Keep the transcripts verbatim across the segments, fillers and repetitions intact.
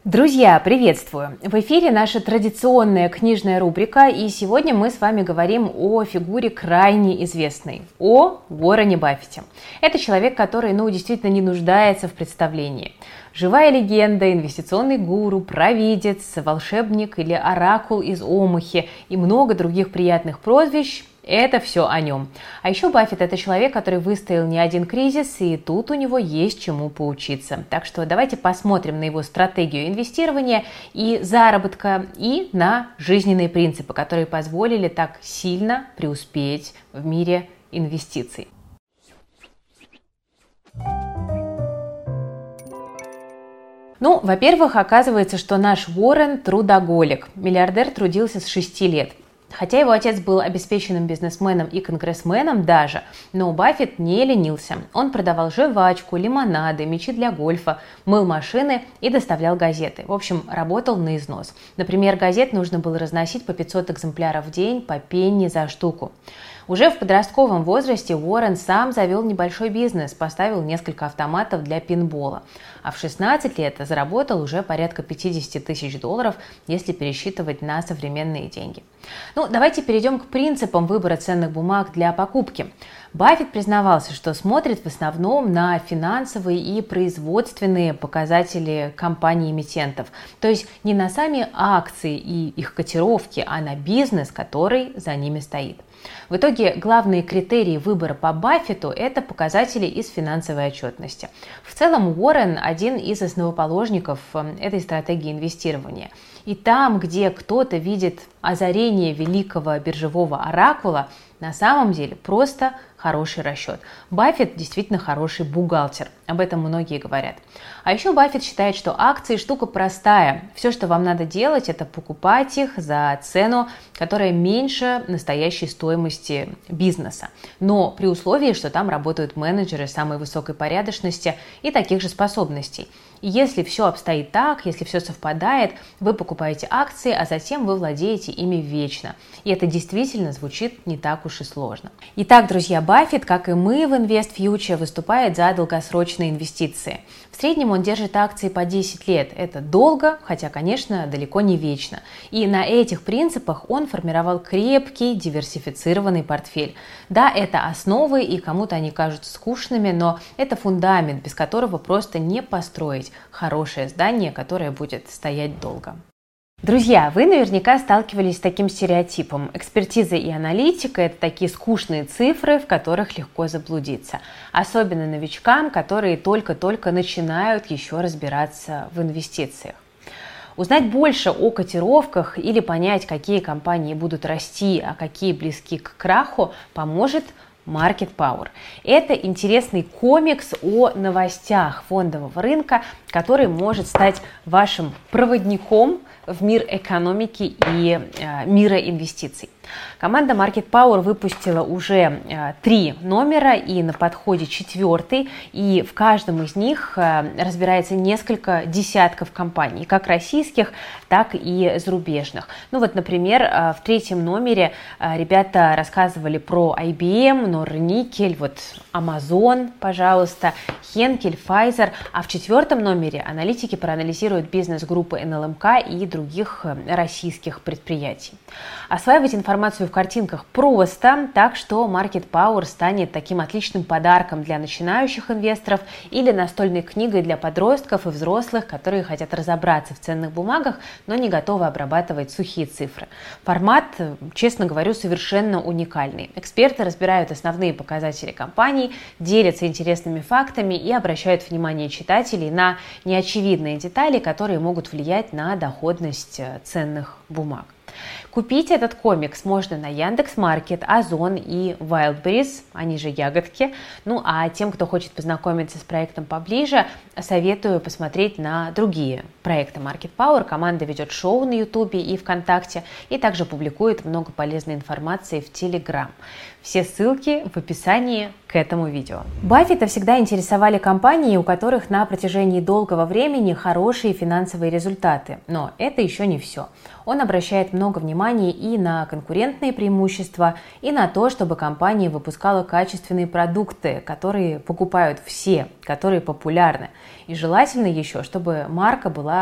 Друзья, приветствую! В эфире наша традиционная книжная рубрика, и сегодня мы с вами говорим о фигуре крайне известной, о Уоррене Баффете. Это человек, который, ну, действительно не нуждается в представлении. Живая легенда, инвестиционный гуру, провидец, волшебник или оракул из Омахи и много других приятных прозвищ. Это все о нем. А еще Баффет – это человек, который выстоял не один кризис, и тут у него есть чему поучиться. Так что давайте посмотрим на его стратегию инвестирования и заработка, и на жизненные принципы, которые позволили так сильно преуспеть в мире инвестиций. Ну, во-первых, оказывается, что наш Уоррен – трудоголик. Миллиардер трудился с шести лет. Хотя его отец был обеспеченным бизнесменом и конгрессменом даже, но Баффет не ленился. Он продавал жвачку, лимонады, мячи для гольфа, мыл машины и доставлял газеты. В общем, работал на износ. Например, газет нужно было разносить по пятьсот экземпляров в день, по пенни за штуку. Уже в подростковом возрасте Уоррен сам завел небольшой бизнес, поставил несколько автоматов для пинбола. А в шестнадцать лет заработал уже порядка пятьдесят тысяч долларов, если пересчитывать на современные деньги. Ну, давайте перейдем к принципам выбора ценных бумаг для покупки. Баффет признавался, что смотрит в основном на финансовые и производственные показатели компаний-эмитентов. То есть не на сами акции и их котировки, а на бизнес, который за ними стоит. В итоге главные критерии выбора по Баффету – это показатели из финансовой отчетности. В целом Уоррен – один из основоположников этой стратегии инвестирования. И там, где кто-то видит озарение великого биржевого оракула, на самом деле просто хороший расчет. Баффет действительно хороший бухгалтер, об этом многие говорят. А еще Баффет считает, что акции штука простая. Все, что вам надо делать, это покупать их за цену, которая меньше настоящей стоимости бизнеса. Но при условии, что там работают менеджеры самой высокой порядочности и таких же способностей. И если все обстоит так, если все совпадает, вы покупаете акции, а затем вы владеете ими вечно. И это действительно звучит не так уж и сложно. Итак, друзья, Баффет, как и мы в InvestFuture, выступает за долгосрочные инвестиции. В среднем он держит акции по десять лет. Это долго, хотя, конечно, далеко не вечно. И на этих принципах он формировал крепкий, диверсифицированный портфель. Да, это основы, и кому-то они кажутся скучными, но это фундамент, без которого просто не построить хорошее здание, которое будет стоять долго. Друзья, вы наверняка сталкивались с таким стереотипом. Экспертиза и аналитика – это такие скучные цифры, в которых легко заблудиться. Особенно новичкам, которые только-только начинают еще разбираться в инвестициях. Узнать больше о котировках или понять, какие компании будут расти, а какие близки к краху, поможет Market Power. Это интересный комикс о новостях фондового рынка, который может стать вашим проводником в мир экономики и э, мира инвестиций. Команда Market Power выпустила уже э, три номера и на подходе четвертый, и в каждом из них э, разбирается несколько десятков компаний, как российских, так и зарубежных. Ну вот, например, э, в третьем номере э, ребята рассказывали про ай би эм, Норникель, вот Amazon, пожалуйста, Henkel, Pfizer, а в четвертом номере аналитики проанализируют бизнес группы эн эл эм ка и других российских предприятий. Осваивать информацию в картинках просто, так что Market Power станет таким отличным подарком для начинающих инвесторов или настольной книгой для подростков и взрослых, которые хотят разобраться в ценных бумагах, но не готовы обрабатывать сухие цифры. Формат, честно говорю, совершенно уникальный. Эксперты разбирают основные показатели компаний, делятся интересными фактами и обращают внимание читателей на неочевидные детали, которые могут влиять на доходность ценных бумаг. Купить этот комикс можно на Яндекс.Маркет, Озон и Wildberries, они же ягодки. Ну а тем, кто хочет познакомиться с проектом поближе, советую посмотреть на другие проекты Market Power. Команда ведет шоу на Ютубе и ВКонтакте и также публикует много полезной информации в Телеграм. Все ссылки в описании к этому видео. Баффета всегда интересовали компании, у которых на протяжении долгого времени хорошие финансовые результаты. Но это еще не все. Он обращает много внимания и на конкурентные преимущества, и на то, чтобы компания выпускала качественные продукты, которые покупают все, которые популярны. И желательно еще, чтобы марка была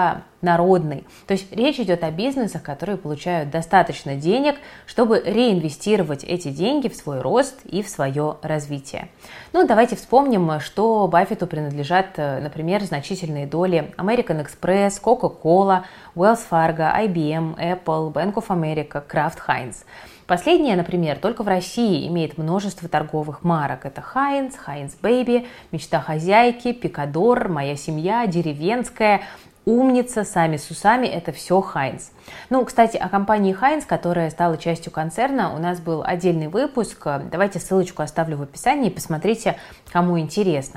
народный. То есть речь идет о бизнесах, которые получают достаточно денег, чтобы реинвестировать эти деньги в свой рост и в свое развитие. Ну, давайте вспомним, что Баффету принадлежат, например, значительные доли American Express, Coca-Cola, Wells Fargo, ай би эм, Apple, Bank of America, Kraft Heinz. Последняя, например, только в России имеет множество торговых марок. Это Heinz, Heinz Baby, Мечта хозяйки, Пикадор, Моя семья, Деревенская, Умница, Сами с усами – это все Heinz. Ну, кстати, о компании Heinz, которая стала частью концерна, у нас был отдельный выпуск. Давайте ссылочку оставлю в описании, посмотрите, кому интересно.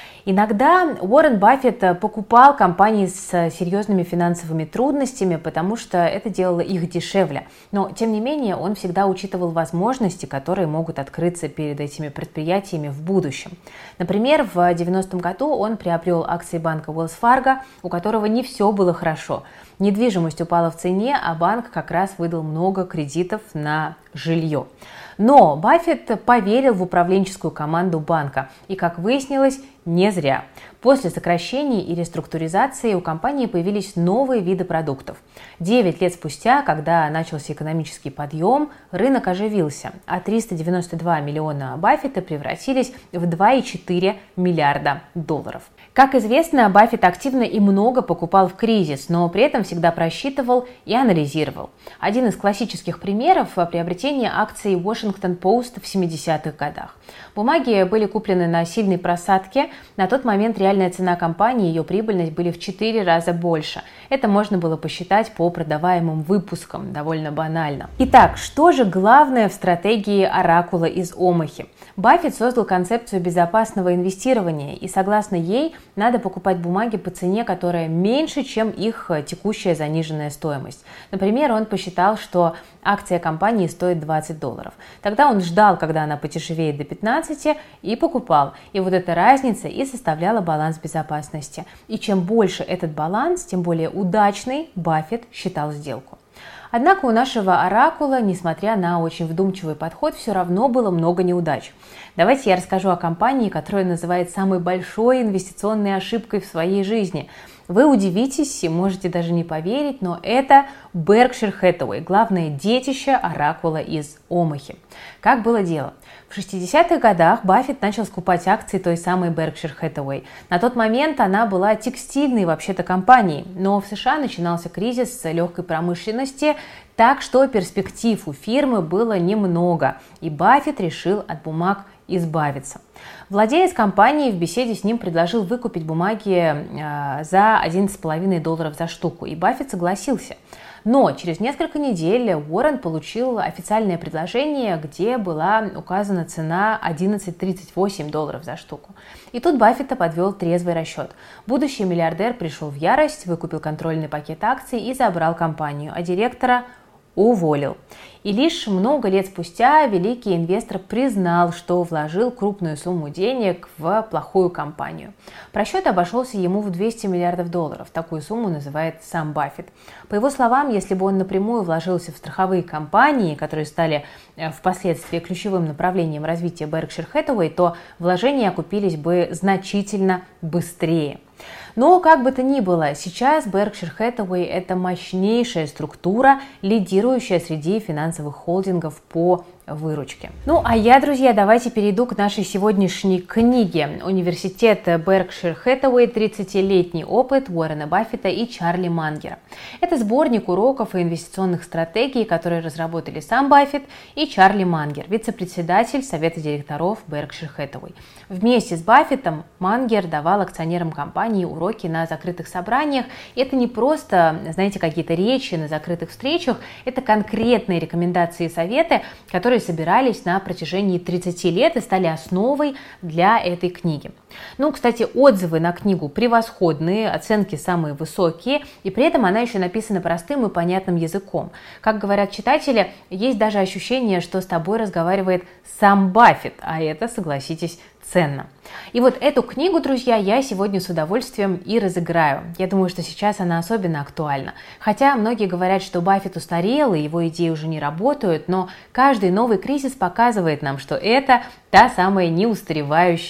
Иногда Уоррен Баффет покупал компании с серьезными финансовыми трудностями, потому что это делало их дешевле. Но, тем не менее, он всегда учитывал возможности, которые могут открыться перед этими предприятиями в будущем. Например, в девяностом году он приобрел акции банка Wells Fargo, у которого не все было хорошо. Недвижимость упала в цене, а банк как раз выдал много кредитов на жилье. Но Баффет поверил в управленческую команду банка, и, как выяснилось, не зря. После сокращений и реструктуризации у компании появились новые виды продуктов. Девять лет спустя, когда начался экономический подъем, рынок оживился, а триста девяносто два миллиона Баффета превратились в два и четыре миллиарда долларов. Как известно, Баффет активно и много покупал в кризис, но при этом всегда просчитывал и анализировал. Один из классических примеров – приобретение акций Washington Post в семидесятых годах. Бумаги были куплены на сильной просадке. На тот момент реальная цена компании и ее прибыльность были в четыре раза больше. Это можно было посчитать по продаваемым выпускам, довольно банально. Итак, что же главное в стратегии оракула из Омахи? Баффет создал концепцию безопасного инвестирования, и согласно ей надо покупать бумаги по цене, которая меньше, чем их текущая заниженная стоимость. Например, он посчитал, что акция компании стоит двадцать долларов. Тогда он ждал, когда она подешевеет до пятнадцати, и покупал. И вот эта разница и составляла баланс безопасности. И чем больше этот баланс, тем более удачной Баффет считал сделку. Однако у нашего оракула, несмотря на очень вдумчивый подход, все равно было много неудач. Давайте я расскажу о компании, которая называет самой большой инвестиционной ошибкой в своей жизни. Вы удивитесь и можете даже не поверить, но это Berkshire Hathaway, главное детище оракула из Омахи. Как было дело? В шестидесятых годах Баффет начал скупать акции той самой Berkshire Hathaway. На тот момент она была текстильной вообще-то компанией, но в США начинался кризис легкой промышленности, так что перспектив у фирмы было немного, и Баффет решил от бумаг избавиться. Владелец компании в беседе с ним предложил выкупить бумаги э, за одиннадцать с половиной долларов за штуку, и Баффет согласился. Но через несколько недель Уоррен получил официальное предложение, где была указана цена одиннадцать тридцать восемь долларов за штуку. И тут Баффета подвел трезвый расчет. Будущий миллиардер пришел в ярость, выкупил контрольный пакет акций и забрал компанию, а директора уволил. И лишь много лет спустя великий инвестор признал, что вложил крупную сумму денег в плохую компанию. Просчет обошелся ему в двести миллиардов долларов. Такую сумму называет сам Баффет. По его словам, если бы он напрямую вложился в страховые компании, которые стали впоследствии ключевым направлением развития Berkshire Hathaway, то вложения окупились бы значительно быстрее. Но, как бы то ни было, сейчас Berkshire Hathaway – это мощнейшая структура, лидирующая среди финансовых холдингов по выручке. Ну, а я, друзья, давайте перейду к нашей сегодняшней книге. Университет Berkshire Hathaway. тридцатилетний опыт Уоррена Баффета и Чарли Мангера. Это сборник уроков и инвестиционных стратегий, которые разработали сам Баффет и Чарли Мангер, вице-председатель Совета директоров Berkshire Hathaway. Вместе с Баффетом Мангер давал акционерам компании уроки на закрытых собраниях. И это не просто, знаете, какие-то речи на закрытых встречах, это конкретные рекомендации и советы, которые собирались на протяжении тридцати лет и стали основой для этой книги. Ну, кстати, отзывы на книгу превосходные, оценки самые высокие, и при этом она еще написана простым и понятным языком. Как говорят читатели, есть даже ощущение, что с тобой разговаривает сам Баффет, а это, согласитесь, ценно. И вот эту книгу, друзья, я сегодня с удовольствием и разыграю. Я думаю, что сейчас она особенно актуальна. Хотя многие говорят, что Баффет устарел и его идеи уже не работают, но каждый новый кризис показывает нам, что это та самая неустаревающая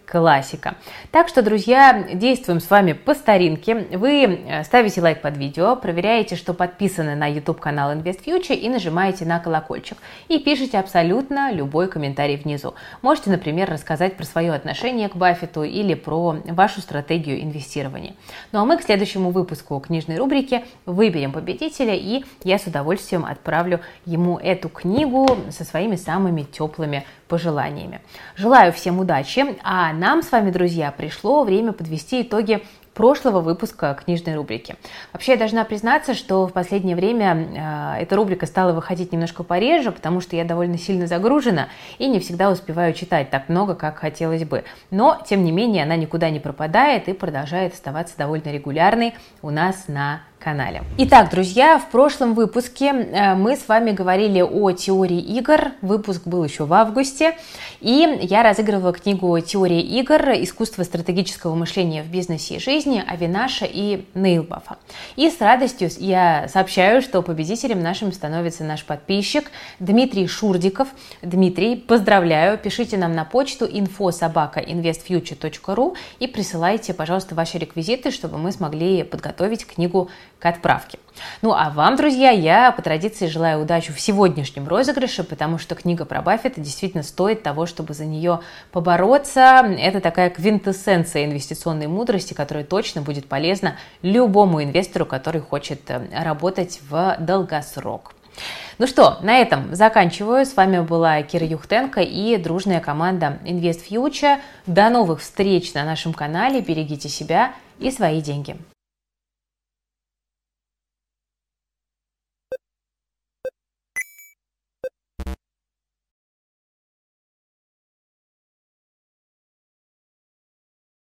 классика. Так что, друзья, действуем с вами по старинке. Вы ставите лайк под видео, проверяете, что подписаны на YouTube-канал InvestFuture и нажимаете на колокольчик. И пишите абсолютно любой комментарий внизу. Можете, например, рассказать про свое отношение к Баффету или про вашу стратегию инвестирования. Ну а мы к следующему выпуску книжной рубрики выберем победителя, и я с удовольствием отправлю ему эту книгу со своими самыми теплыми пожеланиями. Желаю всем удачи, а нам с вами, друзья, пришло время подвести итоги прошлого выпуска книжной рубрики. Вообще, я должна признаться, что в последнее время э, эта рубрика стала выходить немножко пореже, потому что я довольно сильно загружена и не всегда успеваю читать так много, как хотелось бы. Но, тем не менее, она никуда не пропадает и продолжает оставаться довольно регулярной у нас на канале. Итак, друзья, в прошлом выпуске мы с вами говорили о теории игр. Выпуск был еще в августе. И я разыгрывала книгу «Теория игр. Искусство стратегического мышления в бизнесе и жизни» Авинаша и Нейлбафа. И с радостью я сообщаю, что победителем нашим становится наш подписчик Дмитрий Шурдиков. Дмитрий, поздравляю. Пишите нам на почту инфо собака инвестфьючер точка ру и присылайте, пожалуйста, ваши реквизиты, чтобы мы смогли подготовить книгу к отправке. Ну а вам, друзья, я по традиции желаю удачи в сегодняшнем розыгрыше, потому что книга про Баффета действительно стоит того, чтобы за нее побороться. Это такая квинтэссенция инвестиционной мудрости, которая точно будет полезна любому инвестору, который хочет работать в долгосрок. Ну что, на этом заканчиваю. С вами была Кира Юхтенко и дружная команда InvestFuture. До новых встреч на нашем канале. Берегите себя и свои деньги.